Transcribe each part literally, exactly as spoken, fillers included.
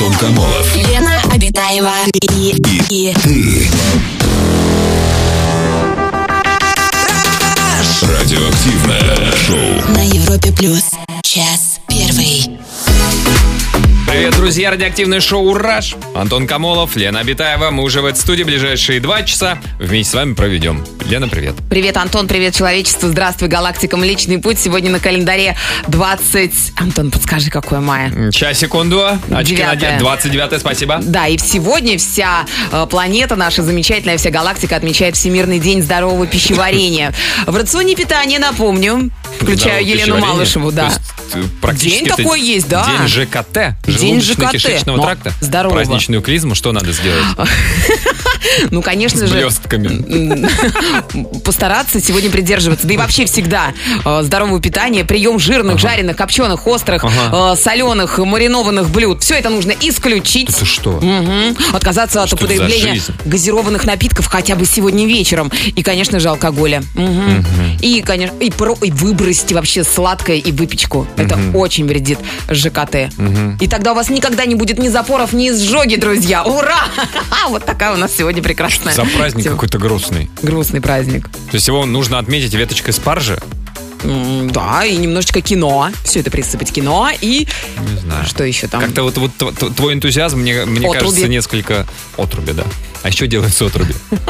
Антон Камолов, Лена Обитаева и, и, и ты. Радиоактивное шоу на Европе плюс. Час первый. Привет, друзья, радиоактивное шоу «Раш». Антон Камолов, Лена Обитаева. Мы уже в этой студии ближайшие два часа вместе с вами проведем. Лена, привет. Привет, Антон, привет, человечество. Здравствуй, галактика Млечный Путь. Сегодня на календаре двадцать... Антон, подскажи, какое мая? Сейчас, секунду. Очки надет. двадцать девятое, спасибо. Да, и сегодня вся э, планета, наша замечательная, вся галактика отмечает Всемирный день здорового пищеварения. В рационе питания, напомню, включаю Здоровое Елену Малышеву, да. Практически день такой есть, да. День ЖКТ, День ЖКТ. желудочно-кишечного Но тракта. здорового. Праздничную клизму что надо сделать? Ну, конечно С же, блестками. постараться сегодня придерживаться. Да и вообще всегда э, здорового питания, прием жирных, Ага. жареных, копченых, острых, Ага. э, соленых, маринованных блюд. Все это нужно исключить. Это что? Мгм. Отказаться от Что это за употребления жизнь? газированных напитков хотя бы сегодня вечером. И, конечно же, алкоголя. Мгм. И, конечно, и, про, и выбросьте вообще сладкое и выпечку. Это очень вредит ЖКТ. И тогда у вас никогда не будет ни запоров, ни изжоги, друзья. Ура! Вот такая у нас сегодня прекрасная. За праздник тема. какой-то грустный. Грустный праздник. То есть его нужно отметить веточкой спаржи? М, Да, и немножечко кино. Все это присыпать кино. И Не знаю. что еще там? Как-то вот, вот т- твой энтузиазм, мне, мне Отруби. кажется, несколько... Отруби, да. А еще делают с отруби.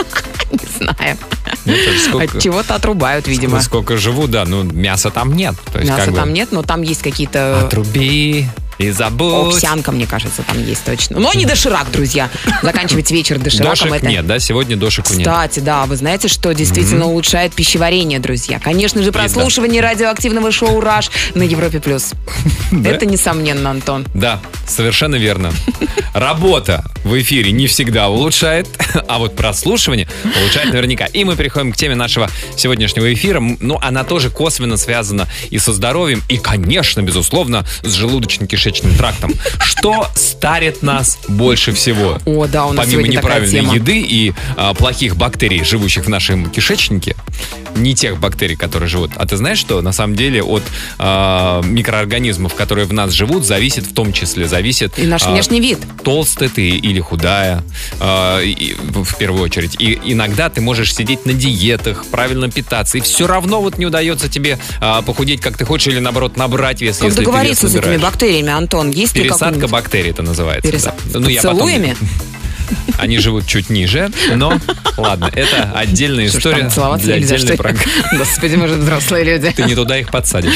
Не знаю. Ну, то есть сколько- От чего-то отрубают, видимо. Сколько живу, да, ну мяса там нет. То есть, Мяса как бы, там нет, но там есть какие-то... Отруби и забудь. Овсянка, мне кажется, там есть точно. Но не доширак, друзья. Заканчивать вечер дошираком. Дошек это... нет, да? Сегодня дошек нет. Кстати, да, вы знаете, что действительно улучшает пищеварение, друзья? Конечно же, прослушивание радиоактивного шоу «Раш» на Европе+. плюс. Это несомненно, Антон. Да, совершенно верно. Работа в эфире не всегда улучшает, а вот прослушивание улучшает наверняка. И мы переходим к теме нашего сегодняшнего эфира. Ну, она тоже косвенно связана и со здоровьем, и, конечно, безусловно, с желудочно-кишечным трактом. Что старит нас больше всего? О, да, у нас Помимо сегодня такая неправильной тема. еды и а, плохих бактерий, живущих в нашем кишечнике, не тех бактерий, которые живут. А ты знаешь, что на самом деле от а, микроорганизмов, которые в нас живут, зависит в том числе, зависит... И наш а, внешний вид. толстая ты или худая, а, и- в первую очередь. И иногда ты можешь сидеть на диетах, правильно питаться, и все равно вот не удается тебе а, похудеть, как ты хочешь, или наоборот набрать вес, Как если ты договориться вес с этими набираешь. бактериями, Антон? Есть ли Пересадка какой-нибудь... бактерий это называется. Пересад- да. Ну, я потом- Поцелуями? Они живут чуть ниже, но ладно, это отдельная Что ж, история там целоваться для нельзя, отдельной что ли? программы. Господи, мы же взрослые люди. Ты не туда их подсадишь.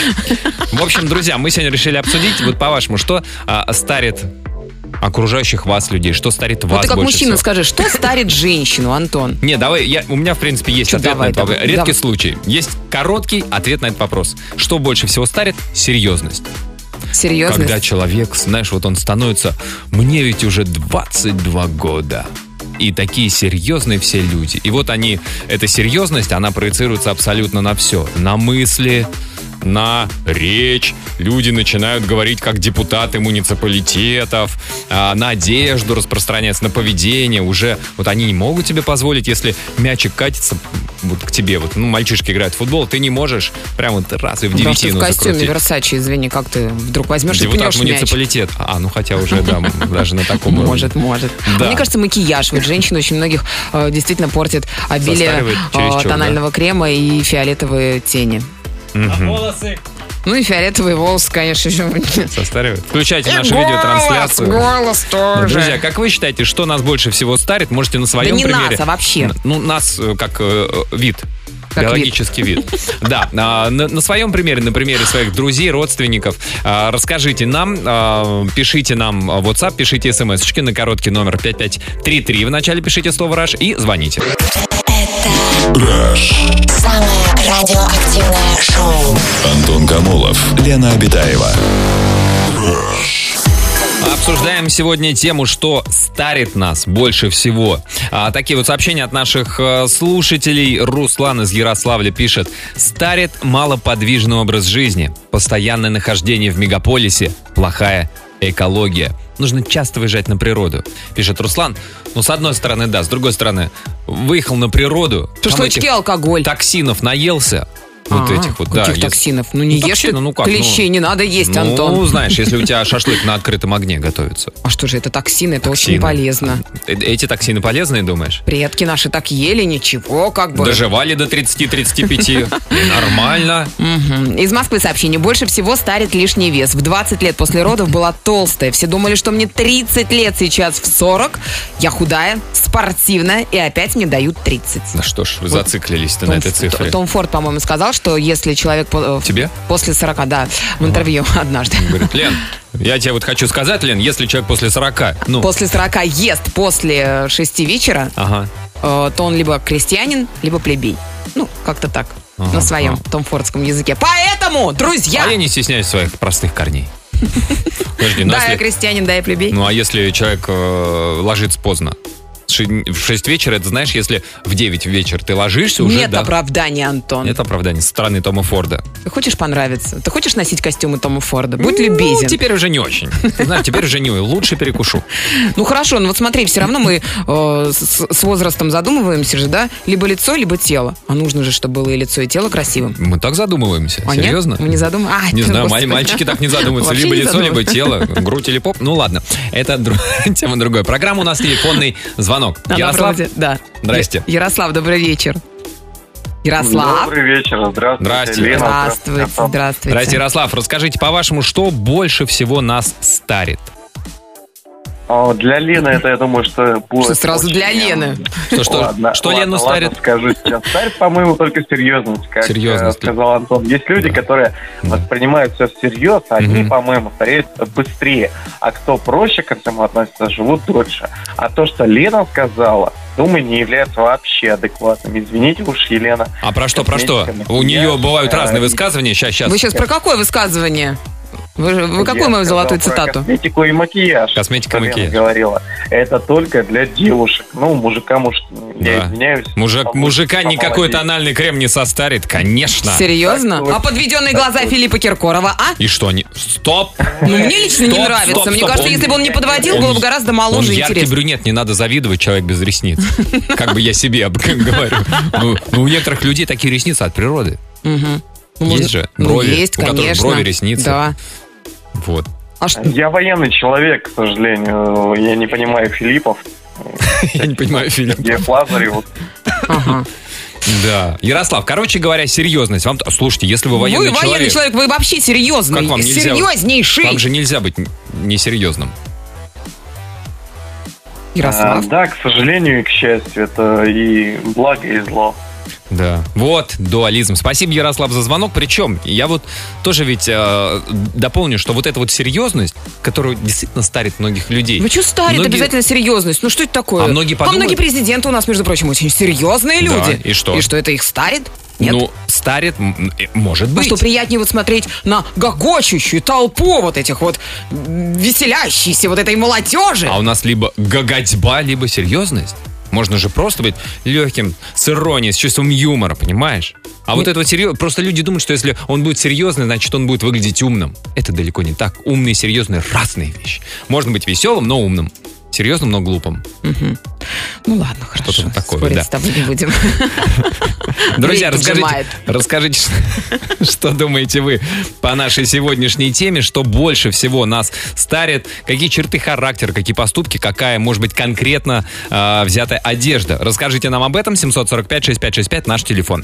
В общем, друзья, мы сегодня решили обсудить, вот по-вашему, что а, старит окружающих вас людей, что старит вас Вот ты как больше мужчина всего? скажи, что старит женщину, Антон? Не, давай, я, у меня, в принципе, есть Чё, ответ давай, на этот вопрос. давай, Редкий давай. случай. Есть короткий ответ на этот вопрос. Что больше всего старит? Серьезность. Серьезно? Когда человек, знаешь, вот он становится... Мне ведь уже двадцать два года. И такие серьезные все люди. И вот они, эта серьезность, она проецируется абсолютно на все. На мысли, на речь. Люди начинают говорить как депутаты муниципалитетов, а, на одежду распространяться, на поведение. Уже вот они не могут тебе позволить, если мячик катится вот к тебе, вот, ну, мальчишки играют в футбол, ты не можешь прям вот раз и в Потому что ты в девятину костюме закрутить. Версачи, извини, как ты вдруг возьмешь и Депутат пнешь мяч? муниципалитет. А, ну хотя уже, да, даже на таком уровне. Может, может. Да. А мне кажется, макияж. Вот женщин очень многих э, действительно портит обилие Застаривает э, чересчур, тонального крема и фиолетовые тени. Ну и фиолетовые волосы, конечно, еще. Состаривает. Включайте И нашу голос, видеотрансляцию. голос Да, тоже. друзья, как вы считаете, что нас больше всего старит? Можете на своем Да не примере... нас, а вообще. Н- Ну, нас э, как э, э, вид. Как Биологический вид. Да, а, на, на своем примере, на примере своих друзей, родственников, а, расскажите нам, а, пишите нам в WhatsApp, пишите смс-очки на короткий номер пять пять три три. Вначале пишите слово «Раш» и звоните. Самое радиоактивное шоу. Антон Камолов, Лена Обитаева. Обсуждаем сегодня тему, что старит нас больше всего. А, такие вот сообщения от наших э, слушателей. Руслан из Ярославля пишет: старит малоподвижный образ жизни, постоянное нахождение в мегаполисе, плохая экология. Нужно часто выезжать на природу, пишет Руслан. Ну, с одной стороны, да, с другой стороны, выехал на природу, там Шашлычки, этих алкоголь. токсинов наелся, Вот А, этих вот, да. каких если- токсинов? Ну не Ну, ешь токсины, ты ну как, клещей, ну, не надо есть, Ну, Антон. знаешь, если у тебя шашлык на открытом огне готовится. А что же это токсины? Это Токсины. очень полезно. Э- Эти токсины полезные, думаешь? Предки наши так ели, ничего, как бы. Доживали до тридцати-тридцати пяти. Нормально. Мгм. Из Москвы сообщение. Больше всего старит лишний вес. В двадцать лет после родов была толстая. Все думали, что мне тридцать лет, сейчас в сорок. Я худая, спортивная, и опять мне дают тридцать. Да что ж, вы зациклились-то на Том, этой цифре. Том Форд, по-моему, сказал, что если человек по- Тебе? после сорока, да, в интервью однажды. Говорит, Лен, я тебе вот хочу сказать, Лен, если человек после сорока, ну, После сорока ест после шести вечера, ага, э, то он либо крестьянин, либо плебей. Ну, как-то так, Ага, на своем ага. томфордском языке. Поэтому, друзья... а я не стесняюсь своих простых корней. Подожди, ну Да, я если- крестьянин, да, я плебей. ну а если человек э, ложится поздно? Ши- В шесть вечера, это знаешь, если в девять вечера ты ложишься уже, Нет да, оправдания, Антон. нет оправдания со стороны Тома Форда. Ты хочешь понравиться? Ты хочешь носить костюмы Тома Форда? Будь Ну, любезен. теперь уже не очень. Ты знаешь, теперь уже не лучше перекушу. Ну хорошо, ну вот смотри, все равно мы э, с, с возрастом задумываемся же, да? Либо лицо, либо тело. А нужно же, чтобы было и лицо, и тело красивым. Мы так задумываемся. А нет? Серьезно? Мы не задумываемся. Не знаю, маль- мальчики так не задумываются. Вообще Либо не лицо, либо задумываются. тело, грудь или поп. Ну ладно, это дру- тема другая. Программа у нас телефонный звонок. На Ярослав? проводе, да. Здрасте. Я- Ярослав, добрый вечер. Ярослав. Добрый вечер, здравствуйте. Здрасте. Лена, Здравствуйте, Антон. здравствуйте. Здрасте, Ярослав. Расскажите, по-вашему, что больше всего нас старит? О, для Лены это, я думаю, что будет... Что сразу очень- для Лены? Что, что, Ладно, что ладно, Лену ладно, старит? скажу сейчас. Старит, по-моему, только серьезность, как Серьезность. э, сказал Антон. Есть люди, которые воспринимают все всерьез, а они, Мгм. по-моему, стареют быстрее. А кто проще к этому относится, живут дольше. А то, что Лена сказала, думаю, не является вообще адекватным. Извините уж, Елена. А про что, про что? Косметика, У нее макияж, бывают э, разные высказывания. Сейчас, сейчас. Вы сейчас про какое высказывание? Вы, же- вы какую Я мою сказал золотую про цитату? Косметику и макияж. Косметика что и Лена макияж. говорила. Это только для девушек. Ну, мужикам уж, я Да. извиняюсь. Мужик, Побольше мужика никакой помолодеть. тональный крем не состарит, конечно. Серьезно? Так вот. А подведенные Так глаза вот. Филиппа Киркорова, а? И что, не... Стоп! Ну, мне лично не Стоп, нравится. стоп, Мне стоп. кажется, Он- если бы он не подводил, он- было бы гораздо Он моложе и яркий интереснее. брюнет, не надо завидовать, человек без ресниц. Как бы я себе об- говорю. Ну, ну, у некоторых людей такие ресницы от природы. Мгм. Ну, Есть можно- же ну, брови, есть, у которых конечно. брови, ресницы. Да. Вот. А что? Я военный человек, к сожалению. Я не понимаю Филиппов. Я не понимаю, Филипп. Где Лазарев. Ага. Да. Ярослав, короче говоря, серьезность. Вам, слушайте, если вы военный Вы военный человек, человек, вы вообще серьезный. как вам нельзя... Серьезнейший. Вам же нельзя быть несерьезным. Ярослав. А, да, к сожалению и к счастью, это и благо, и зло. Да. Вот, дуализм. Спасибо, Ярослав, за звонок. Причем, я вот тоже ведь э, дополню, что вот эта вот серьезность, которая действительно старит многих людей. Вы что старит Многие- обязательно серьезность? Ну что это такое? А многие подумают- многие президенты у нас, между прочим, очень серьезные Да, люди. и что? И что, это их старит? Нет? Ну, старит, м, э, может А быть. что, приятнее вот смотреть на гогочущую толпу вот этих вот м, веселящейся вот этой молодежи? А у нас либо гагатьба, либо серьезность. Можно же просто быть легким, с иронией, с чувством юмора, понимаешь? А вот это вот серьезно. Просто люди думают, что если он будет серьезный, значит, он будет выглядеть умным. Это далеко не так. Умный и серьезный — разные вещи. Можно быть веселым, но умным. Серьезным, но глупым. Ну ладно, хорошо. Что-то такое, Спорить да. с тобой не будем. Друзья, Время расскажите, поджимает. расскажите, что, что думаете вы по нашей сегодняшней теме, что больше всего нас старит, какие черты характера, какие поступки, какая, может быть, конкретно э, взятая одежда. Расскажите нам об этом. семь сорок пять шестьдесят пять шестьдесят пять наш телефон.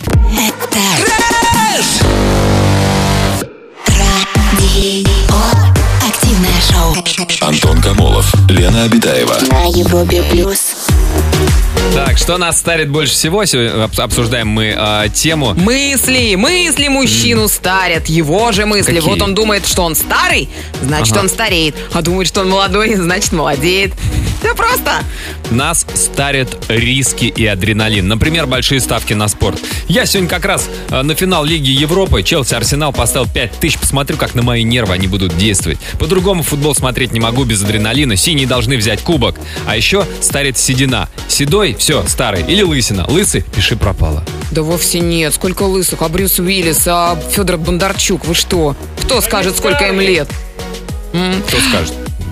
Радио. Активное шоу. Антон Камолов, Лена Обитаева. На Европе плюс. Так, что нас старит больше всего? Сегодня об- обсуждаем мы э, тему. Мысли, мысли мужчину старят, его же мысли. Какие? Вот он думает, что он старый, значит, Ага. он стареет. А думает, что он молодой, значит, молодеет. Все просто. Нас старят риски и адреналин. Например, большие ставки на спорт. Я сегодня как раз э, на финал Лиги Европы Челси Арсенал поставил пять тысяч. Посмотрю, как на мои нервы они будут действовать. По-другому футбол смотреть не могу без адреналина. Синие должны взять кубок. А еще старит седина. Седой — все, старый. Или лысина. Лысый — пиши пропало. Да вовсе нет. Сколько лысых. А Брюс Уиллис, а Федор Бондарчук. Вы что? Кто скажет, сколько им лет? М? Кто скажет?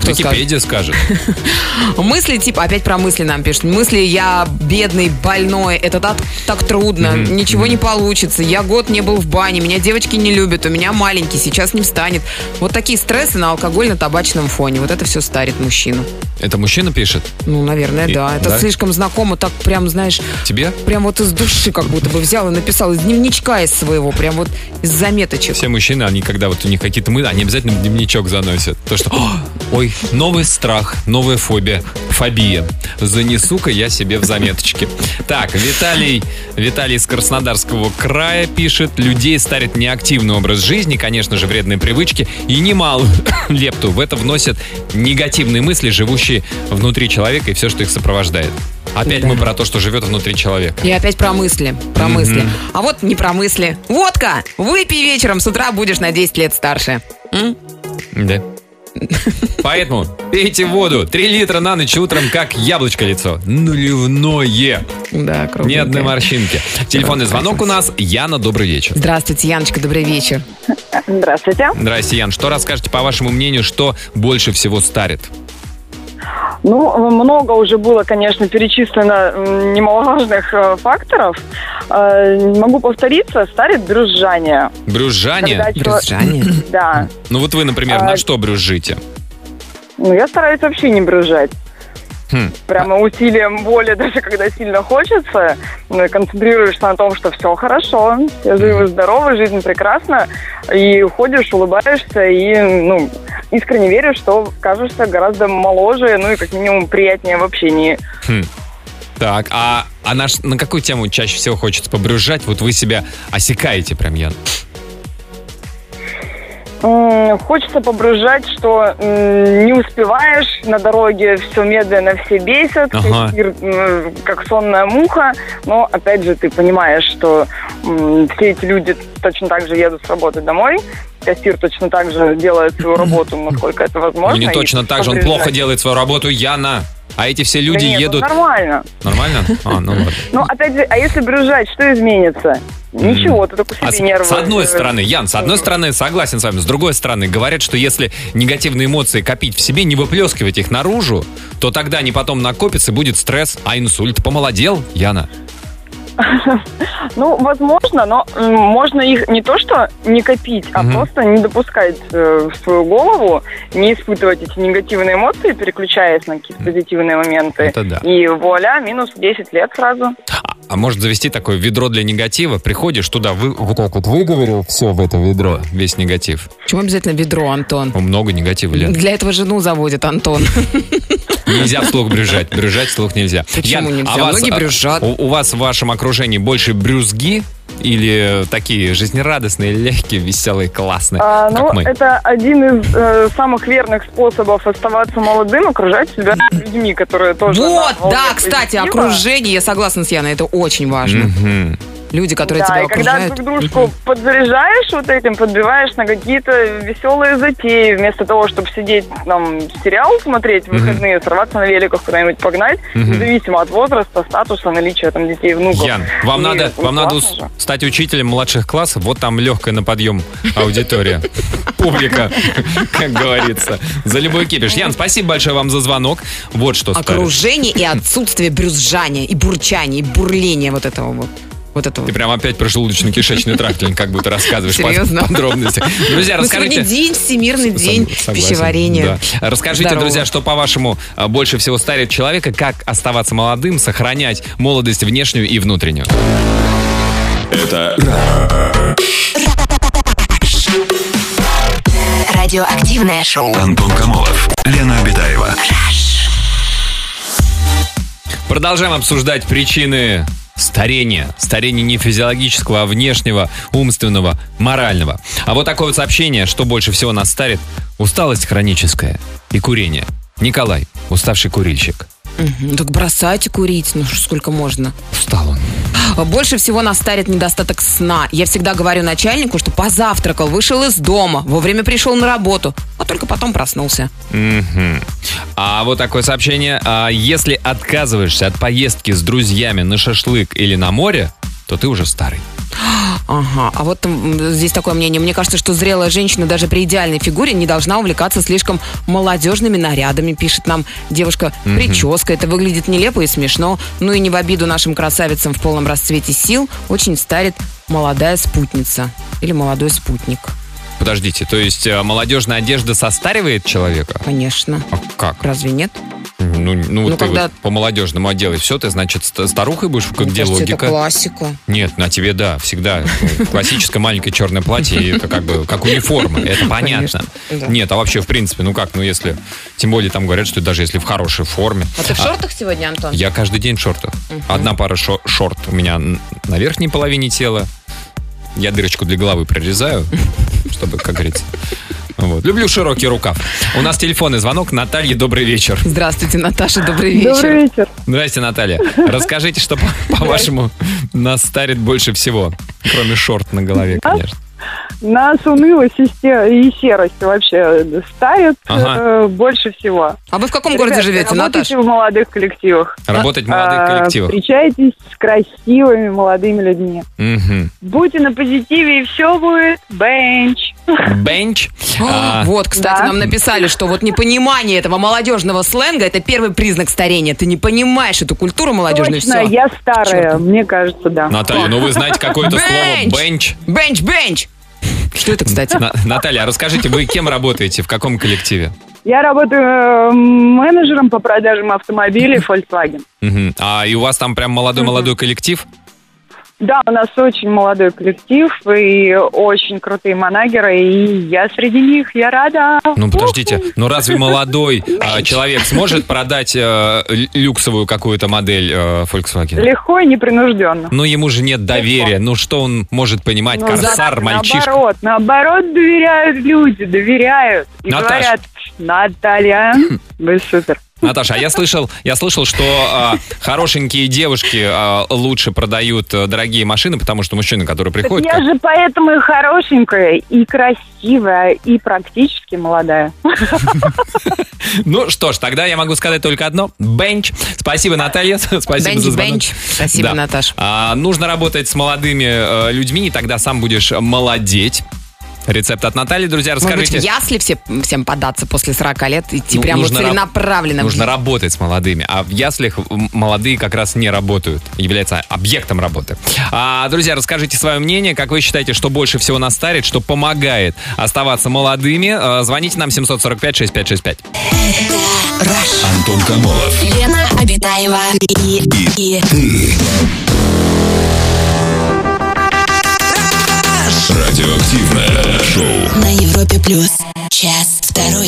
Кто Википедия скажет. Мысли, типа, опять про мысли нам пишут. Мысли: я бедный, больной, это так, так трудно, Мгм. ничего не получится, я год не был в бане, меня девочки не любят, у меня маленький, сейчас не встанет. Вот такие стрессы на алкогольно-табачном фоне. Вот это все старит мужчину. Это мужчина пишет? Ну, наверное, И- да. Это да? слишком знакомо, так прям, знаешь, Тебе? прям вот из души как будто бы взял и написал, из дневничка из своего, прям вот из заметочек. Все мужчины, они когда вот у них какие-то мысли, они обязательно в дневничок заносят. То, что, «О, ой, новый страх, новая фобия, фобия. Занесу-ка я себе в заметочки». Так, Виталий, Виталий из Краснодарского края пишет: людей старит неактивный образ жизни, конечно же, вредные привычки, и немалую лепту в это вносят негативные мысли, живущие внутри человека, и все, что их сопровождает. Опять Да. мы про то, что живет внутри человека. И опять про мысли, про Мгм. мысли. А вот не про мысли. Водка! Выпей вечером, с утра будешь на десять лет старше. М? Да. Поэтому пейте воду. Три литра на ночь, утром как яблочко лицо. Нулевное. Да, Ни кругленькая. одной морщинки. Телефонный звонок у нас. Яна, добрый вечер. Здравствуйте, Яночка, добрый вечер. Здравствуйте. Здрасте, Ян. Что расскажете, по вашему мнению, что больше всего старит? Ну, много уже было, конечно, перечислено м, немаловажных э, факторов. Э, не могу повториться, старит брюзжание. Брюзжание? Когда чё- Брюзжание? Да. Ну вот вы, например, А- на что брюзжите? Ну, я стараюсь вообще не брюзжать. Хм. Прямо усилием воли, даже когда сильно хочется, э, концентрируешься на том, что все хорошо, все живы, здоровы, жизнь прекрасна, и ходишь, улыбаешься, и, ну, искренне веришь, что кажешься гораздо моложе, ну и как минимум приятнее в общении. Хм. Так, а, а наш, на какую тему чаще всего хочется побрюзжать? Вот вы себя осекаете прям, Ян. М, Хочется побрюзжать, что м, не успеваешь на дороге, все медленно, все бесят, Ага. кассир, м, как сонная муха, но опять же ты понимаешь, что м, все эти люди точно так же едут с работы домой, кассир точно так же делает свою работу, насколько это Ну, возможно. не и точно так же, он побрюзжать. плохо делает свою работу, Яна. А эти все люди Да нет, ну, едут... нормально. Нормально? А, ну ладно. Ну, опять же, а если брюзжать, что изменится? Ничего, ты только себе А с, нервы... с одной э, стороны, Ян, с одной стороны, согласен с вами. С другой стороны, говорят, что если негативные эмоции копить в себе, не выплескивать их наружу, то тогда они потом накопятся, будет стресс. А инсульт помолодел, Яна? Ну, возможно, но м, можно их не то что не копить, а Мгм. просто не допускать э, в свою голову, не испытывать эти негативные эмоции, переключаясь на какие-то позитивные моменты. Это да. И вуаля, минус десять лет сразу. А, а может завести такое ведро для негатива? Приходишь туда, вы, вот так вот выговорил все в это ведро, весь негатив. Почему обязательно ведро, Антон? Ну, много негатива, Лен. Для этого жену заводит Антон. Нельзя вслух брюзжать. Брюзжать вслух нельзя. Почему Ян, нельзя? а вас, Многие а, брюзжат. У, у вас в вашем окружении больше брюзги или такие жизнерадостные, легкие, веселые, классные, А, ну, как мы? это один из э, самых верных способов оставаться молодым, окружать себя людьми, которые тоже... на Вот, волне да, кстати, позитива. окружение, я согласна с Яной, это очень важно. Мгм. Люди, которые Да, тебя и когда окружают. друг дружку подзаряжаешь вот этим, подбиваешь на какие-то веселые затеи, вместо того, чтобы сидеть, там, сериал смотреть в выходные, сорваться на великах куда-нибудь погнать, Мгм. независимо от возраста, статуса, наличия там детей, внуков. Ян, вам И, надо, ну, вам надо классно ус- же. стать учителем младших классов. Вот там легкая на подъем аудитория. Публика, как говорится. За любой кипиш. Ян, спасибо большое вам за звонок. Вот что старит. Окружение и отсутствие брюзжания, и бурчания, и бурления вот этого вот. Вот этого. Ты прям опять про желудочно-кишечный тракт, Лен, как будто рассказываешь под- Серьезно? подробности. Друзья, Ну, сегодня расскажите... день, всемирный Сог- день согласен, пищеварения. да. Расскажите, Здорово. друзья, что, по-вашему, а, больше всего старит человека, как оставаться молодым, сохранять молодость внешнюю и внутреннюю. Это Радиоактивное шоу. Антон Камолов, Лена Обитаева. Продолжаем обсуждать причины старения. Старения не физиологического, а внешнего, умственного, морального. А вот такое вот сообщение, что больше всего нас старит: усталость хроническая и курение. Николай, уставший курильщик. Мгм. Так бросайте курить, ну что, сколько можно. Устал он. Больше всего нас старит недостаток сна. Я всегда говорю начальнику, что позавтракал, вышел из дома, вовремя пришел на работу, а только потом проснулся. Мгм. А вот такое сообщение. А если отказываешься от поездки с друзьями на шашлык или на море, то ты уже старый. Ага, а вот м, здесь такое мнение. Мне кажется, что зрелая женщина даже при идеальной фигуре не должна увлекаться слишком молодежными нарядами, пишет нам девушка. Прическа, это выглядит нелепо и смешно. Ну и не в обиду нашим красавицам в полном расцвете сил очень старит молодая спутница или молодой спутник. Подождите, то есть э, молодежная одежда состаривает человека? Конечно. А как? Разве нет? Ну, ну, Ну, ты когда- вот по-молодежному оделась, все, ты, значит, ст- старухой будешь, как Мне где кажется, логика? это классика. Нет, на тебе, да, всегда. Классическое маленькое черное платье, и это как бы как униформа, это понятно. Конечно, да. Нет, а вообще, в принципе, ну как, ну если... Тем более там говорят, что даже если в хорошей форме... А ты в шортах сегодня, Антон? Я каждый день в шортах. Одна пара шо- шорт у меня н- на верхней половине тела. Я дырочку для головы прорезаю, чтобы, как говорится... Вот. Люблю широкий рукав. У нас телефонный звонок. Наталья, добрый вечер. Здравствуйте, Наташа, добрый вечер. Добрый вечер. Здрасте, Наталья. Расскажите, что, по- по-вашему, нас старит больше всего? Кроме шорт на голове, конечно. Нас унылость и се- и серость вообще старит Ага. э, больше всего. А вы в каком городе Ребята, живете, работайте Наташа? в молодых коллективах. Работать в молодых А, коллективах. Встречайтесь с красивыми молодыми людьми. Мгм. Будьте на позитиве, и все будет бенч. Бенч. А, Вот, кстати, Да. нам написали, что вот непонимание этого молодежного сленга — это первый признак старения. Ты не понимаешь эту культуру молодежную. Точно, Все. я старая, Чёрт. мне кажется, да. Наталья, ну вы знаете какое-то слово Бенч! бенч? Бенч, бенч! Что это, кстати? На- Наталья, а расскажите, вы кем работаете, в каком коллективе? Я работаю э, менеджером по продажам автомобилей Volkswagen. Мгм. А и у вас там прям молодой-молодой коллектив? Да, у нас очень молодой коллектив и очень крутые манагеры, и я среди них, я рада. Ну подождите, ну разве молодой а, человек сможет продать э, л- люксовую какую-то модель э, Volkswagen? Легко и непринужденно. Ну ему же нет доверия, ну что он может понимать, Ну, корсар, за- мальчишка? Наоборот, наоборот, доверяют люди, доверяют. И Наташ. говорят, Наталья, вы супер. Наташа, а я слышал, я слышал, что а, хорошенькие девушки а, лучше продают а, дорогие машины, потому что мужчины, которые Так приходят... я как- же поэтому и хорошенькая, и красивая, и практически молодая. Ну что ж, тогда я могу сказать только одно. Бенч. Спасибо, Наталья. Спасибо Бенч, за звонок. бенч. Спасибо, Да. Наташа. А, нужно работать с молодыми э, людьми, и тогда сам будешь молодеть. Рецепт от Натальи, друзья, Может быть, расскажите. в ясли все, всем податься после сорока лет, идти Ну, прямо нужно раб- целенаправленно. в- Нужно работать с молодыми, а в яслях м, молодые как раз не работают, являются объектом работы. А, друзья, расскажите свое мнение, как вы считаете, что больше всего нас старит, что помогает оставаться молодыми. А, звоните нам семь сорок пять шестьдесят пять шестьдесят пять. Антон Камолов. Лена Обитаева и, и, Радиоактивное шоу. на Европе плюс. Час второй.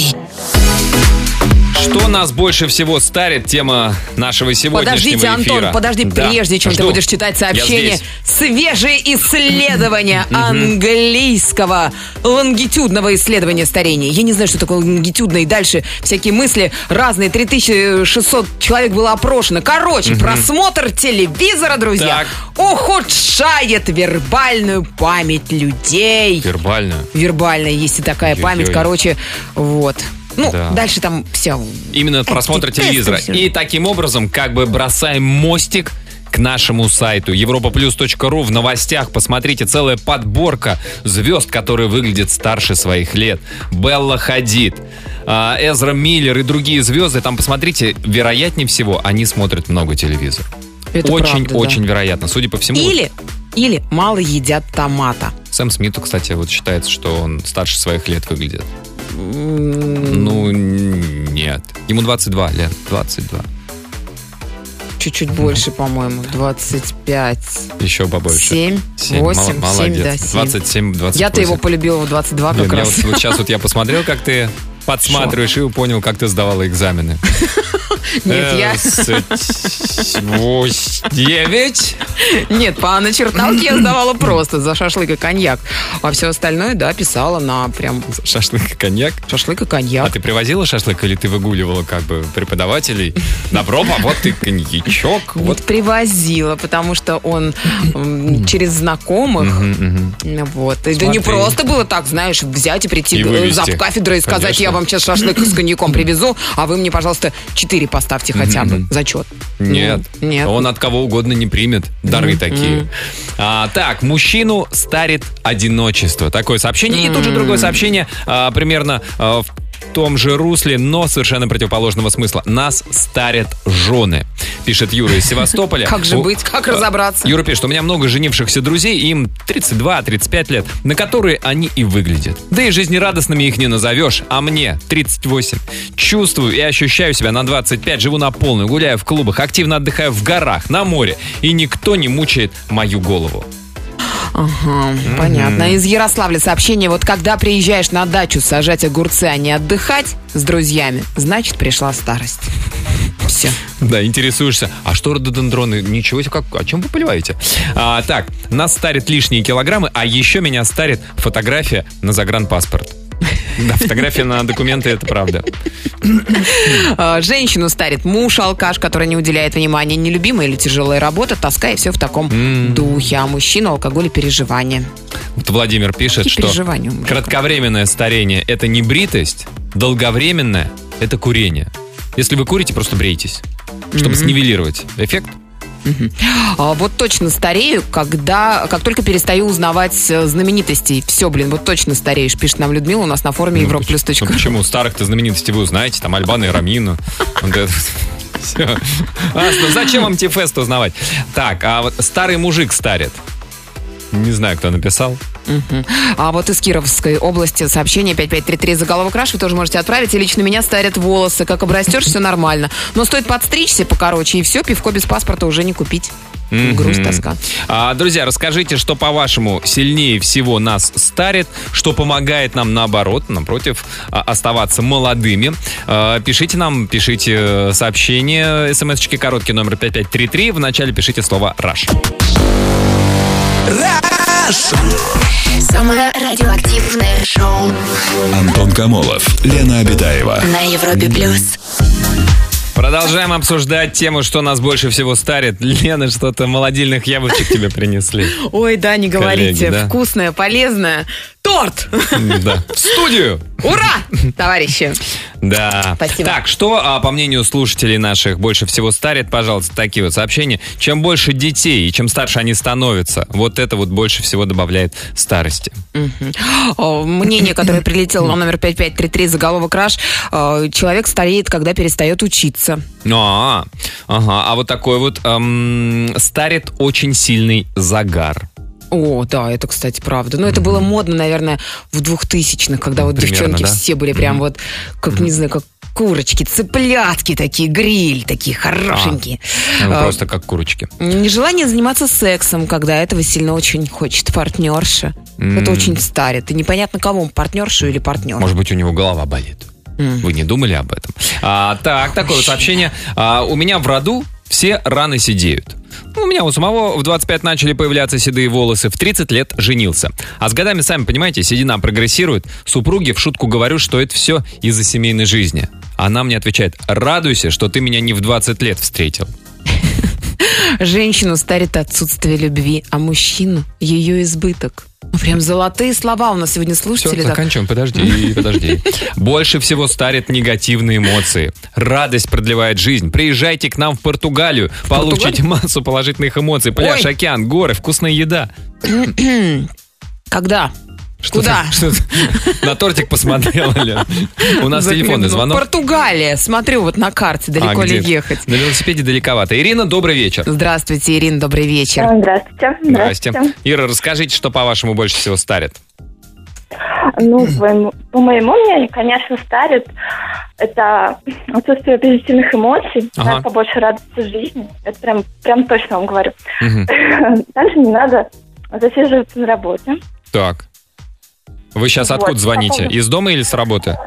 Что нас больше всего старит? Тема нашего сегодняшнего Подождите, Антон, эфира. подожди, Да. прежде чем Жду. ты будешь читать Я сообщение. здесь. Свежие исследования английского лонгитюдного исследования старения. Я не знаю, что такое лонгитюдное, и дальше всякие мысли разные. три тысячи шестьсот человек было опрошено. Короче, просмотр телевизора, друзья, Так. ухудшает вербальную память людей. Вербально. Вербальная есть и такая Ой-ой-ой. память, короче, вот. Ну, Да. дальше там все. Именно просмотр тесты телевизора. всё. И таким образом как бы бросаем мостик к нашему сайту европа плюс точка ру. В новостях посмотрите, целая подборка звезд, которые выглядят старше своих лет. Белла Хадид, а, Эзра Миллер и другие звезды. Там посмотрите, вероятнее всего, они смотрят много телевизора. Это Очень-очень правда, да. вероятно. Судя по всему. Или, или мало едят томата. Сэм Смиту, кстати, вот считается, что он старше своих лет выглядит. Ну, н- нет. Ему двадцать два, Лен, двадцать два. Чуть-чуть больше, по-моему, двадцать пять. Еще побольше. семь, Семь, восемь, мол- семь, молодец. да, семь. двадцать семь, двадцать восемь. Я-то его полюбила в двадцать два Блин, как я раз. вот, вот сейчас вот я посмотрел, как ты подсматриваешь, и понял, как ты сдавала экзамены. Нет, я... девять. Нет, по начерталке я сдавала просто за шашлык и коньяк. А все остальное, да, писала на прям Шашлык и коньяк. шашлык и А коньяк. ты привозила шашлык или ты выгуливала как бы преподавателей? Добро, а вот ты коньячок. Вот Вот. привозила, потому что он м, через знакомых. Вот. И да не Смотри. просто было так, знаешь, взять и прийти И к вывести. зав. кафедры и сказать, Конечно. я вам сейчас шашлык с коньяком привезу, а вы мне, пожалуйста, четыре поставьте хотя бы, Мгм. зачет. Нет, Ну, нет. он от кого угодно не примет дары Мгм. такие. А, так, мужчину старит одиночество. Такое сообщение. И тут же другое сообщение, а, примерно а, в том же русле, но совершенно противоположного смысла. Нас старят жены, пишет Юра из Севастополя. Как же У- быть, как а, разобраться? Юра пишет, у меня много женившихся друзей, им тридцать два тридцать пять лет, на которые они и выглядят. Да и жизнерадостными их не назовешь, а мне тридцать восемь. Чувствую и ощущаю себя на двадцать пять, живу на полную, гуляю в клубах, активно отдыхаю в горах, на море, и никто не мучает мою голову. Ага, понятно. Из Ярославля сообщение. Вот когда приезжаешь на дачу сажать огурцы, а не отдыхать с друзьями, значит, пришла старость. Все. Да, интересуешься, а что рододендроны? Ничего себе, как, о чем вы поливаете? А, так, нас старят лишние килограммы, а еще меня старит фотография на загранпаспорт. Да, фотография на документы, это правда. А, Женщину старит муж, алкаш, который не уделяет внимания, нелюбимая или тяжелая работа, тоска и все в таком духе. А мужчину алкоголь и переживания. Вот Владимир пишет, Какие что переживания у мужика? кратковременное старение – это не бритость, долговременное – это курение. Если вы курите, просто брейтесь, чтобы снивелировать эффект. А, Вот точно старею, когда, как только перестаю узнавать э, знаменитостей. Все, блин, вот точно стареешь, пишет нам Людмила у нас на форуме Ну, европлюс точка ну, ру. почему? Старых-то знаменитостей вы узнаете, там Альбана и Рамину. Вот это. Все. А, ну зачем вам Ти-фест узнавать? Так, а вот старый мужик старит. Не знаю, кто написал. А вот из Кировской области сообщение пять пять три три заголовок «Раш» вы тоже можете отправить. И лично меня старят волосы. Как обрастешь, все нормально. Но стоит подстричься покороче, и все, пивко без паспорта уже не купить. Грусть, тоска. А, друзья, расскажите, что, по-вашему, сильнее всего нас старит, что помогает нам, наоборот, напротив, а, оставаться молодыми. А, пишите нам, пишите сообщение, смс-очки короткий номер пять пять три три. Вначале пишите слово «Раш». Самое радиоактивное шоу Антон Камолов, Лена Обедаева. на Европе плюс. Продолжаем обсуждать тему, что нас больше всего старит. Лена, что-то молодильных яблочек тебе принесли. Ой, да, не говорите. Коллеги, да? Вкусное, полезное. Торт! Да. В студию! Ура, товарищи! Да. Спасибо. Так, что, а, по мнению слушателей наших, больше всего старит, пожалуйста, такие вот сообщения. Чем больше детей и чем старше они становятся, вот это вот больше всего добавляет старости. О, Мнение, которое прилетело на номер пять пять три три, заголовок «Раш». э, Человек стареет, когда перестает учиться. А, ага. А вот такой вот эм, старит очень сильный загар. О, да, это, кстати, правда. Но это было модно, наверное, в двухтысячных, когда вот Примерно, девчонки да? все были прям вот, как, не знаю, как курочки, цыплятки такие, гриль такие хорошенькие. Ну, А, просто как курочки. Нежелание заниматься сексом, когда этого сильно очень хочет партнерша. М. Это очень старит. И непонятно, кому, партнершу или партнера. Может быть, у него голова болит. Вы не думали об этом? А, так, такое вот сообщение. А, у меня в роду все рано седеют. Ну, у меня у самого в двадцать пять начали появляться седые волосы, в тридцать лет женился. А с годами, сами понимаете, седина прогрессирует. Супруге в шутку говорю, что это все из-за семейной жизни. Она мне отвечает: радуйся, что ты меня не в двадцать лет встретил. Женщину старит отсутствие любви, а мужчину ее избыток. Ну, прям золотые слова у нас сегодня Все, слушатели. так- заканчиваем, подожди, подожди. Больше всего старят негативные эмоции. Радость продлевает жизнь. Приезжайте к нам в Португалию, получите массу положительных эмоций. Пляж, Ой. океан, горы, вкусная еда. Когда? Что Куда? ты- что ты на тортик посмотрела, Лен? У нас Заглянула. телефонный звонок. Португалия. Смотрю вот на карте, далеко А, ли где? ехать. На велосипеде далековато. Ирина, добрый вечер. Здравствуйте, Ирина, добрый вечер. Здравствуйте. Здрасте. Ира, расскажите, что, по-вашему, больше всего старит? Ну, по моему, по моему мнению, конечно, старит. Это отсутствие позитивных эмоций, Ага. надо побольше радоваться жизни. Это прям, прям точно вам говорю. Мгм. Также не надо засиживаться на работе. Так. Вы сейчас Вот, откуда звоните? по-моему. Из дома или с работы?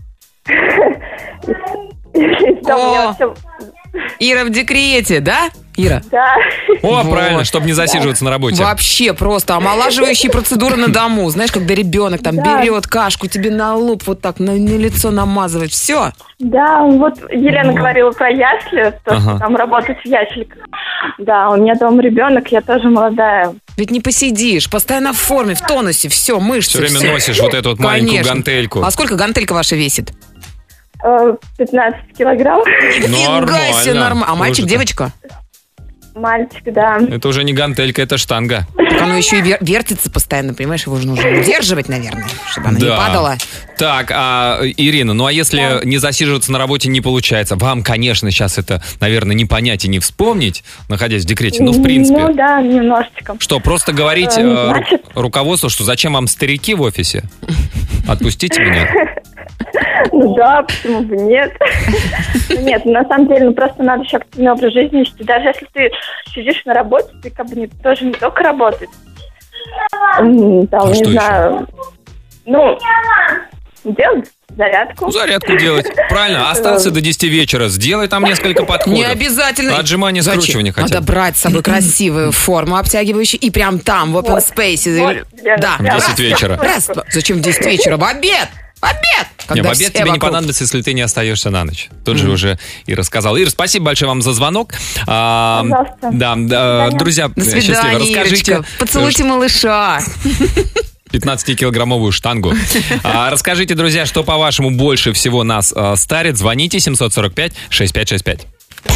Из дома я О. вообще- Ира в декрете, да? Ира? Да. О, Вот. правильно, чтобы не засиживаться на работе. Вообще просто омолаживающие процедуры на дому. Знаешь, когда ребенок там Да. берет кашку, тебе на лоб вот так на, на лицо намазывает. Все. Да, вот Елена говорила про ясли, то, Ага. что там работать в ясликах. Да, у меня дома ребенок, я тоже молодая. Ведь не посидишь. Постоянно в форме, в тонусе. Все, мышцы. Все время всё. носишь вот эту вот маленькую Конечно. гантельку. А сколько гантелька ваша весит? пятнадцать килограмм. Нифига себе, нормально. А мальчик, Уже девочка? Мальчик, да. Это уже не гантелька, это штанга. Так оно еще и вер- вертится постоянно, понимаешь? Его же нужно удерживать, наверное, чтобы она не Да. падала. Так, а, Ирина, ну а если не засиживаться на работе не получается? Вам, конечно, сейчас это, наверное, не понять и не вспомнить, находясь в декрете. Ну, в принципе. Ну да, немножечко. Что, просто говорить Э, э, ру- значит- руководству, что зачем вам старики в офисе? Отпустите меня. Ну да, почему бы нет? Ну нет, на самом деле, ну просто надо еще активный образ жизни вести. Даже если ты сидишь на работе, ты как бы не, тоже не только работать. М, Там, А не что знаю, ну, делать зарядку. Ну, зарядку делать. Правильно, остался до десяти вечера. Сделай там несколько подходов. Не обязательно. Отжимания, Зачем? скручивания хотя Надо бы. брать с собой красивую форму обтягивающую и прям там, в open Вот. space. Вот, Лена, Да. В прям десять раз, вечера. Раз, два. Зачем в десять вечера? В обед! В обед! Не, Когда в обед все тебе не вокруг. понадобится, если ты не остаешься на ночь. Тут же уже Ира сказала. Ира, спасибо большое вам за звонок. А, Пожалуйста. Да, да, друзья, До счастливо. свидания, Расскажите Ирочка. Поцелуйте малыша. пятнадцатикилограммовую штангу. А, расскажите, друзья, что, по-вашему, больше всего нас а, старит. Звоните семь сорок пять шестьдесят пять шестьдесят пять.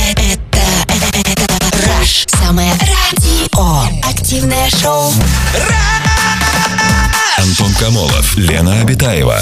Rush. Самое радио. Активное шоу. Антон Камолов, Лена Обитаева.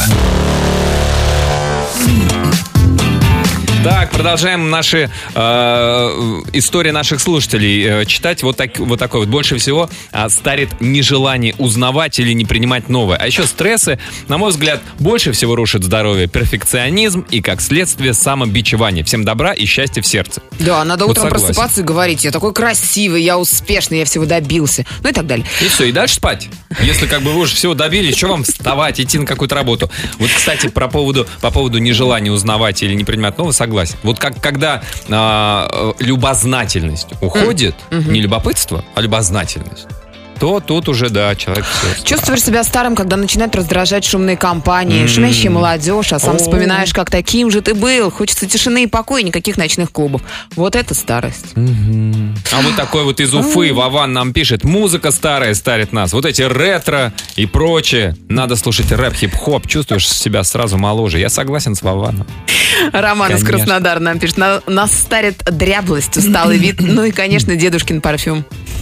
Так, продолжаем наши э, истории наших слушателей э, читать. Вот, так, вот такой вот. Больше всего э, старит нежелание узнавать или не принимать новое. А еще стрессы, на мой взгляд, больше всего рушит здоровье, перфекционизм и, как следствие, самобичевание. Всем добра и счастья в сердце. Да, надо Вот утром согласен. просыпаться и говорить: я такой красивый, я успешный, я всего добился. Ну и так далее. И все, и дальше спать. Если как бы вы уже всего добились, что вам вставать, идти на какую-то работу? Вот, кстати, про поводу, по поводу нежелания узнавать или не принимать новое, согласен. Вот как когда а, любознательность уходит, не любопытство, а любознательность, то тут уже, да, человек все. Чувствуешь себя старым, когда начинают раздражать шумные компании, шумящая молодежь, а сам О. вспоминаешь, как таким же ты был. Хочется тишины и покоя, никаких ночных клубов. Вот это старость. А вот такой вот из Уфы Вован нам пишет: музыка старая старит нас. Вот эти ретро и прочее. Надо слушать рэп, хип-хоп. Чувствуешь себя сразу моложе. Я согласен с Вованом. Роман из Конечно. Краснодара нам пишет: «На- нас старит дряблость, усталый вид, ну и, конечно, дедушкин парфюм».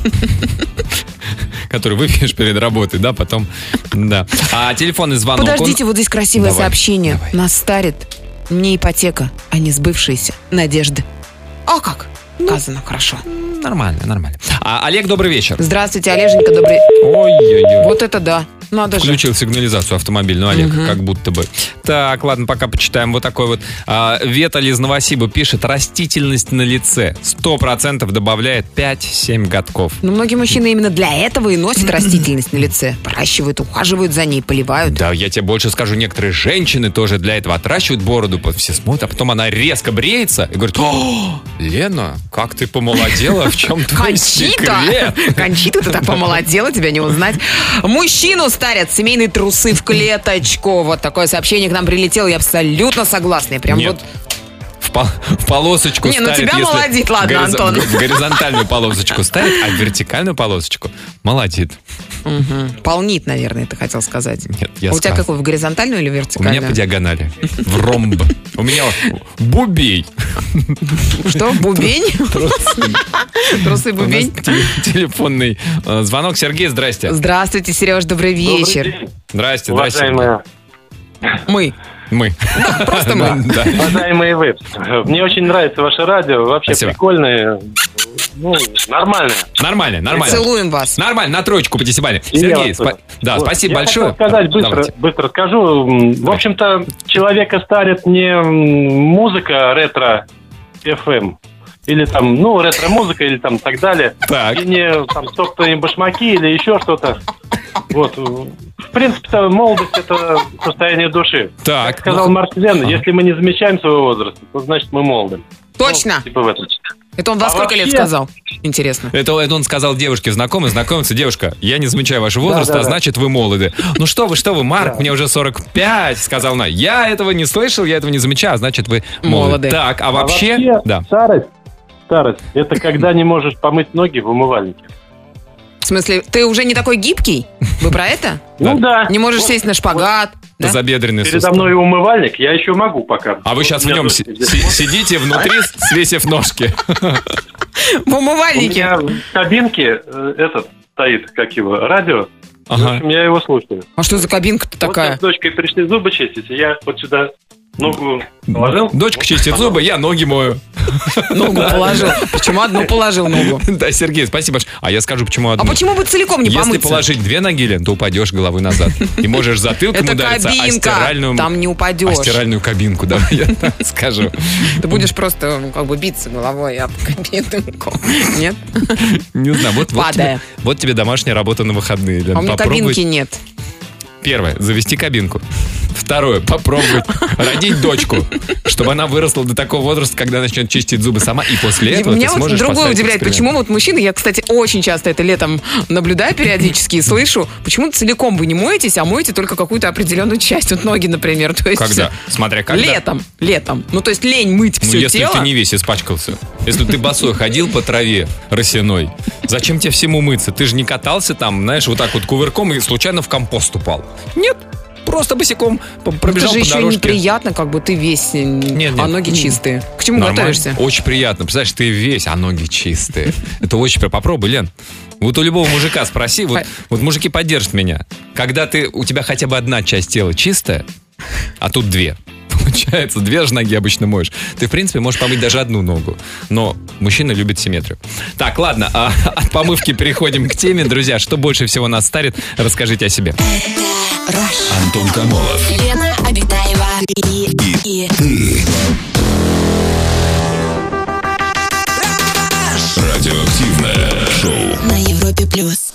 Который выпьешь перед работой, да, потом, да. А телефонный звонок, он- Подождите, вот здесь красивое Давай, сообщение. давай. Нас старит не ипотека, а не сбывшиеся надежды. А как? Сказано хорошо. Нормально, нормально. А, Олег, добрый вечер. Здравствуйте, Олеженька, добрый... Ой-ой-ой. Вот это да. Надо же. Включил сигнализацию автомобильную, Олег, как будто бы. Так, ладно, пока почитаем вот такой вот. А, Веталь из Новосиба пишет: растительность на лице сто процентов добавляет пять-семь годков. Но многие мужчины именно для этого и носят растительность на лице. Выращивают, ухаживают за ней, поливают. Да, я тебе больше скажу, некоторые женщины тоже для этого отращивают бороду, все смотрят, а потом она резко бреется и говорит: о, Лена, как ты помолодела, в чем твой Кончита! секрет? Кончита, ты так помолодела, тебя не узнать. Мужчину старят семейные трусы в клеточку. Вот такое сообщение к нам прилетело, я абсолютно согласна. Я прям Нет. вот... В, пол- в полосочку Не, ну ставит, тебя если молодит, ладно, горизон- Антон. в горизонтальную полосочку ставит, а в вертикальную полосочку молодит. Мгм. Полнит, наверное, ты хотел сказать. Нет, я А у тебя сказал. какой, в горизонтальную или У вертикальную? меня по диагонали, в ромб. У меня бубей. Что, бубень? Трусы У нас бубень? те- телефонный э, звонок. Сергей, здрасте. Здравствуйте, Сереж, добрый вечер. Здрасте, здрасте. Уважаемые, Мы. Мы. Просто мы. Да. уважаемые вы, мне очень нравится ваше радио, вообще Спасибо. прикольное, ну, нормальное. Нормально, нормально. Целуем вас. Нормально, на троечку по десятибалльной. И я Сергей, вас спа- тоже. да, Вот. спасибо Я большое. хотел сказать, быстро, Давайте. быстро скажу. М, В общем-то, человека старит не м, музыка ретро эф эм, или там, ну, ретро-музыка, или там так далее. Так. И не там собственные башмаки или еще что-то. Вот. В принципе-то молодость – это состояние души. Так. Как сказал ну, Марк Твен, если мы не замечаем своего возраста, то значит мы молоды. Точно. Ну, типа в этом. Это он во А сколько лет вообще- сказал? Интересно. Это, это он сказал девушке, знакомый, знакомится, девушка, я не замечаю ваш возраст, да, а да. значит вы молоды. Ну что вы, что вы, Марк, Да. мне уже сорок пять, сказал она. Я этого не слышал, я этого не замечаю, а значит вы молоды. Молоды. Так, а А вообще... да. старость, старость – это когда не можешь помыть ноги в умывальнике. В смысле, ты уже не такой гибкий? Вы про это? Ну да. Не можешь Вот- сесть на шпагат? Да? тазобедренный Передо сустав. мной умывальник, я еще могу пока. А вы сейчас в У меня нем дочка си- здесь. си- сидите внутри, свесив ножки. В У умывальнике. меня в кабинке э, этот стоит, как его, радио. В Ага. общем, я его слушаю. А что за кабинка-то Вот такая? мы с дочкой пришли зубы чистить, и я вот сюда ногу положил. Дочка чистит зубы, я ноги мою. Ногу положил. Почему одну положил ногу? Да, Сергей, спасибо большое. А я скажу, почему А одну. почему бы целиком не Если помыться? положить две ноги, Лен, то упадешь головой назад. И можешь затылком Это удариться, а кабинка, стиральную... там не А упадешь. стиральную кабинку, давай я так скажу. Ты будешь просто ну, как бы биться головой об кабинку. Нет? Не знаю, вот, вот, Падая. тебе, вот тебе домашняя работа на выходные, Лен. А у меня Попробуй. кабинки нет. Первое, завести кабинку. Второе, попробовать родить дочку, чтобы она выросла до такого возраста, когда начнет чистить зубы сама, и после этого Меня ты вот сможешь другое поставить удивляет, эксперимент. почему вот мужчины, я, кстати, очень часто это летом наблюдаю периодически и слышу, почему целиком вы не моетесь, а моете только какую-то определенную часть, вот ноги, например. То есть Когда? Смотря когда. Летом, летом. Ну, то есть лень мыть Ну, все если тело. ты не весь испачкался. Если ты босой ходил по траве росяной, зачем тебе всему мыться? Ты же не катался там, знаешь, вот так вот кувырком и случайно в компост упал. Нет. Просто босиком п- пробежал Это же по еще дорожке. неприятно, как бы ты весь, нет. а ноги чистые. К чему Нормально. готовишься? Очень приятно. Представляешь, ты весь, а ноги чистые. Это очень приятно. Попробуй, Лен. Вот у любого мужика спроси, вот, вот мужики поддержат меня. Когда ты, у тебя хотя бы одна часть тела чистая, а тут две. Получается, две же ноги обычно моешь. Ты, в принципе, можешь помыть даже одну ногу. Но мужчина любит симметрию. Так, ладно, а, от помывки переходим к теме. Друзья, что больше всего нас старит, расскажите о себе. Антон Камолов. Лена Обитаева и, и, Радиоактивное шоу. на Европе плюс.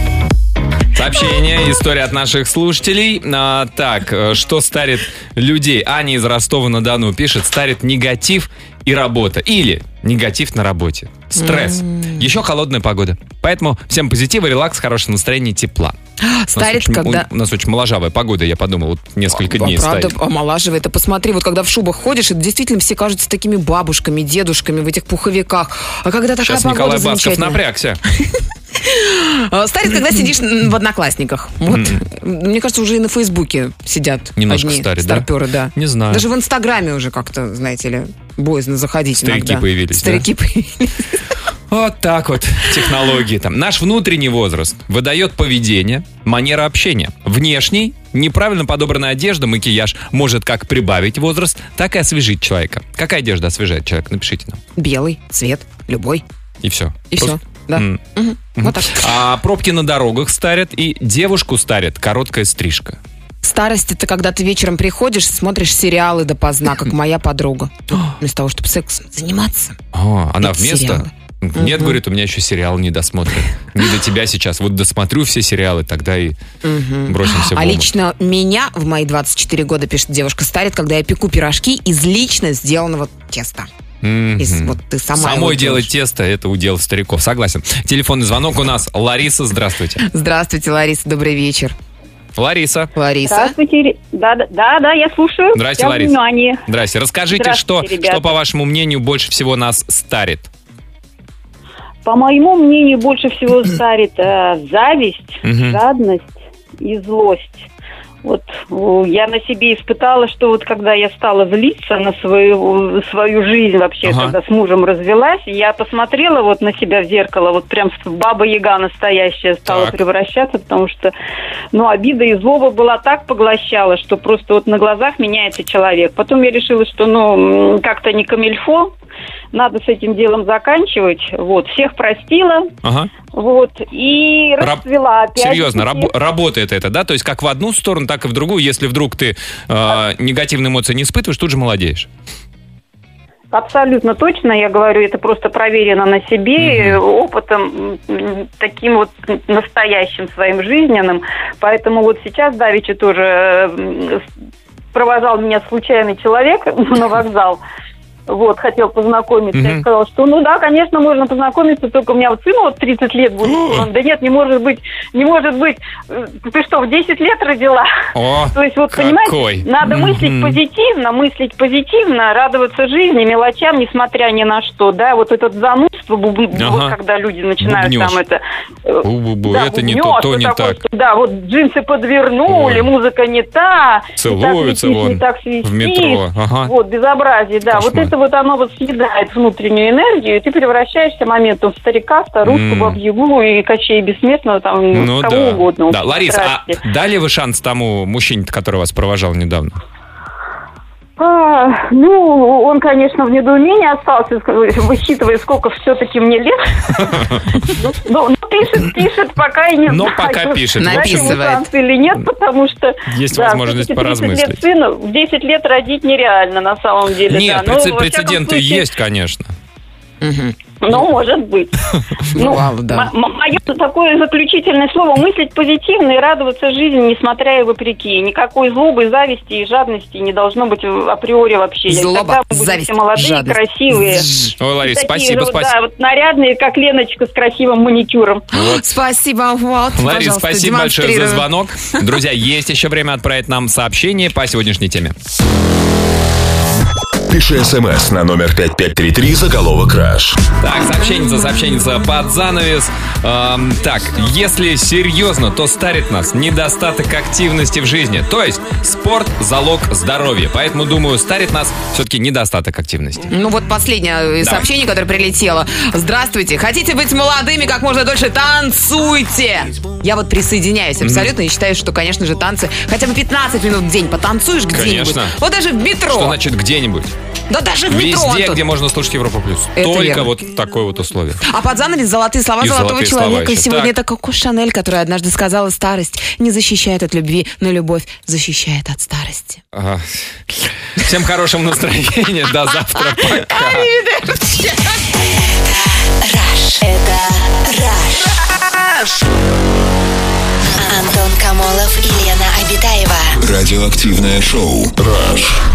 Сообщение, история от наших слушателей. А, так, э, что старит людей? Аня из Ростова-на-Дону пишет: старит негатив и работа. Или негатив на работе. Стресс. Еще холодная погода. Поэтому всем позитива, релакс, хорошее настроение, тепла. Старит, у нас очень, когда... у, у нас очень моложавая погода, я подумал, вот несколько А, дней правда, стоит. омолаживает. А посмотри, вот когда в шубах ходишь, это действительно все кажутся такими бабушками, дедушками в этих пуховиках. А когда такая Сейчас погода Николай Басков замечательная. напрягся. А, Старит, когда сидишь в Одноклассниках. Вот, мне кажется, уже и на Фейсбуке сидят Немножко одни старит, да? старперы, да. Не знаю. Даже в Инстаграме уже как-то, знаете ли, боязно заходить Старики иногда. появились, да? Старики появились. Вот так вот, технологии там. Наш внутренний возраст выдает поведение, манера общения. Внешний, неправильно подобранная одежда, макияж может как прибавить возраст, так и освежить человека. Какая одежда освежает человека? Напишите нам. Белый цвет, любой. И все. И все. Да. М. Мгм. Вот так. А пробки на дорогах старят, и девушку старит короткая стрижка. Старость — это когда ты вечером приходишь, смотришь сериалы допоздна, как моя подруга. Вместо того, чтобы сексом заниматься. О, она Это вместо... сериалы. Нет, говорит, у меня еще сериал не досмотрен. Не до тебя сейчас. Вот досмотрю все сериалы, тогда и бросимся в А омут. лично меня в мои двадцать четыре года, пишет девушка, старит, когда я пеку пирожки из лично сделанного теста. Мгм. Из- вот ты сама его Самой делать делаешь. тесто — это удел стариков. Согласен. Телефонный звонок у нас. Лариса, здравствуйте. Здравствуйте, Лариса, добрый вечер. Лариса. Лариса. Здравствуйте. Да, да, да, да, я слушаю. Здрасте, Я в Лариса. внимании. Здрасте. Расскажите, что, Здравствуйте, ребята. что, по вашему мнению, больше всего нас старит? По моему мнению, больше всего старит э, зависть, Мгм. жадность и злость. Вот э, я на себе испытала, что вот когда я стала злиться на свою, свою жизнь вообще, Ага. когда с мужем развелась, я посмотрела вот на себя в зеркало, вот прям баба-яга настоящая стала Так. превращаться, потому что, ну, обида и злоба была так поглощала, что просто вот на глазах меняется человек. Потом я решила, что, ну, м, как-то не камильфо, надо с этим делом заканчивать. Вот, всех простила, Ага. вот, и Раб- расцвела опять. Серьезно, рабо- работает это, да? То есть как в одну сторону, так и в другую. Если вдруг ты э, негативные эмоции не испытываешь, тут же молодеешь. Абсолютно точно, я говорю, это просто проверено на себе, опытом м, таким вот настоящим своим жизненным. Поэтому вот сейчас давеча тоже м, провожал меня случайный человек на вокзал. вот, хотел познакомиться. Мгм. Я сказала, что ну да, конечно, можно познакомиться, только у меня вот сыну вот тридцать лет будет. Он, да нет, не может быть, не может быть. Э, Ты что, в десять лет родила? О, То есть, вот, какой. понимаете, надо мыслить Мгм. позитивно, мыслить позитивно, радоваться жизни, мелочам, несмотря ни на что, да, вот это занудство, буб- Ага. вот когда люди начинают Бубнёж. там это... э, Бу-бу-бу, да, это не бубнёж, то, то вот не такое, так. что, да, вот джинсы подвернули, Ой. музыка не та, Целуются не так летишь, вон не так свистишь. в метро. Ага. Вот, безобразие, да. Кошмар. Вот это вот оно вот съедает внутреннюю энергию, и ты превращаешься моментом в старика, старушку, М. бабью-ягу и кощей бессмертного, там, Ну кого да. угодно. Да, Ларис, а Здрасте. дали вы шанс тому мужчине, который вас провожал недавно? А, ну, он, конечно, в недоумении остался, высчитывая, сколько все-таки мне лет. Ну, ну, пишет, пишет, пока и не Но знаю. пока пишет. дать ему Написывает. шанс или нет, потому что... Есть да, возможность всё-таки тридцать лет поразмыслить. сыну, в десять лет родить нереально на самом деле. Нет, да. Ну, прецед- во всяком прецеденты случае, есть, конечно. Мгм. Ну, может быть. Ну, Бывало, да. мое такое заключительное слово — мыслить позитивно и радоваться жизни, несмотря и вопреки. Никакой злобы, зависти и жадности не должно быть априори вообще. Злоба, Тогда мы будем зависть, все молодые, жадность. красивые. Зж. Ой, Ларис, Такие спасибо, же вот, спасибо. Да, вот нарядные, как Леночка с красивым маникюром. Спасибо, вот, Ларис, пожалуйста, спасибо большое за демонстрирую. звонок. Друзья, есть еще время отправить нам сообщение по сегодняшней теме. Пиши смс на номер пять пять три три, заголовок «Краш». Так, сообщенница, сообщенница под занавес. Эм, так, если серьезно, то старит нас недостаток активности в жизни. То есть спорт – залог здоровья. Поэтому, думаю, старит нас все-таки недостаток активности. Ну вот последнее сообщение, которое прилетело. Здравствуйте. Хотите быть молодыми как можно дольше? Танцуйте! Я вот присоединяюсь абсолютно и считаю, что, конечно же, танцы хотя бы пятнадцать минут в день потанцуешь где-нибудь. Конечно. Вот даже в метро. Что значит где-нибудь? Да даже в метро. Везде, Антон. где можно слушать Европа плюс. Это Только верно. вот такое вот условие. А под занавес золотые слова И золотого золотые слова человека. еще. Сегодня Так. это Коко Шанель, которая однажды сказала: старость не защищает от любви, но любовь защищает от старости. Ага. Всем хорошего настроения. До завтра. Пока. Раш. Это Раш. Антон Камолов и Лена Обитаева. Радиоактивное шоу «Раш».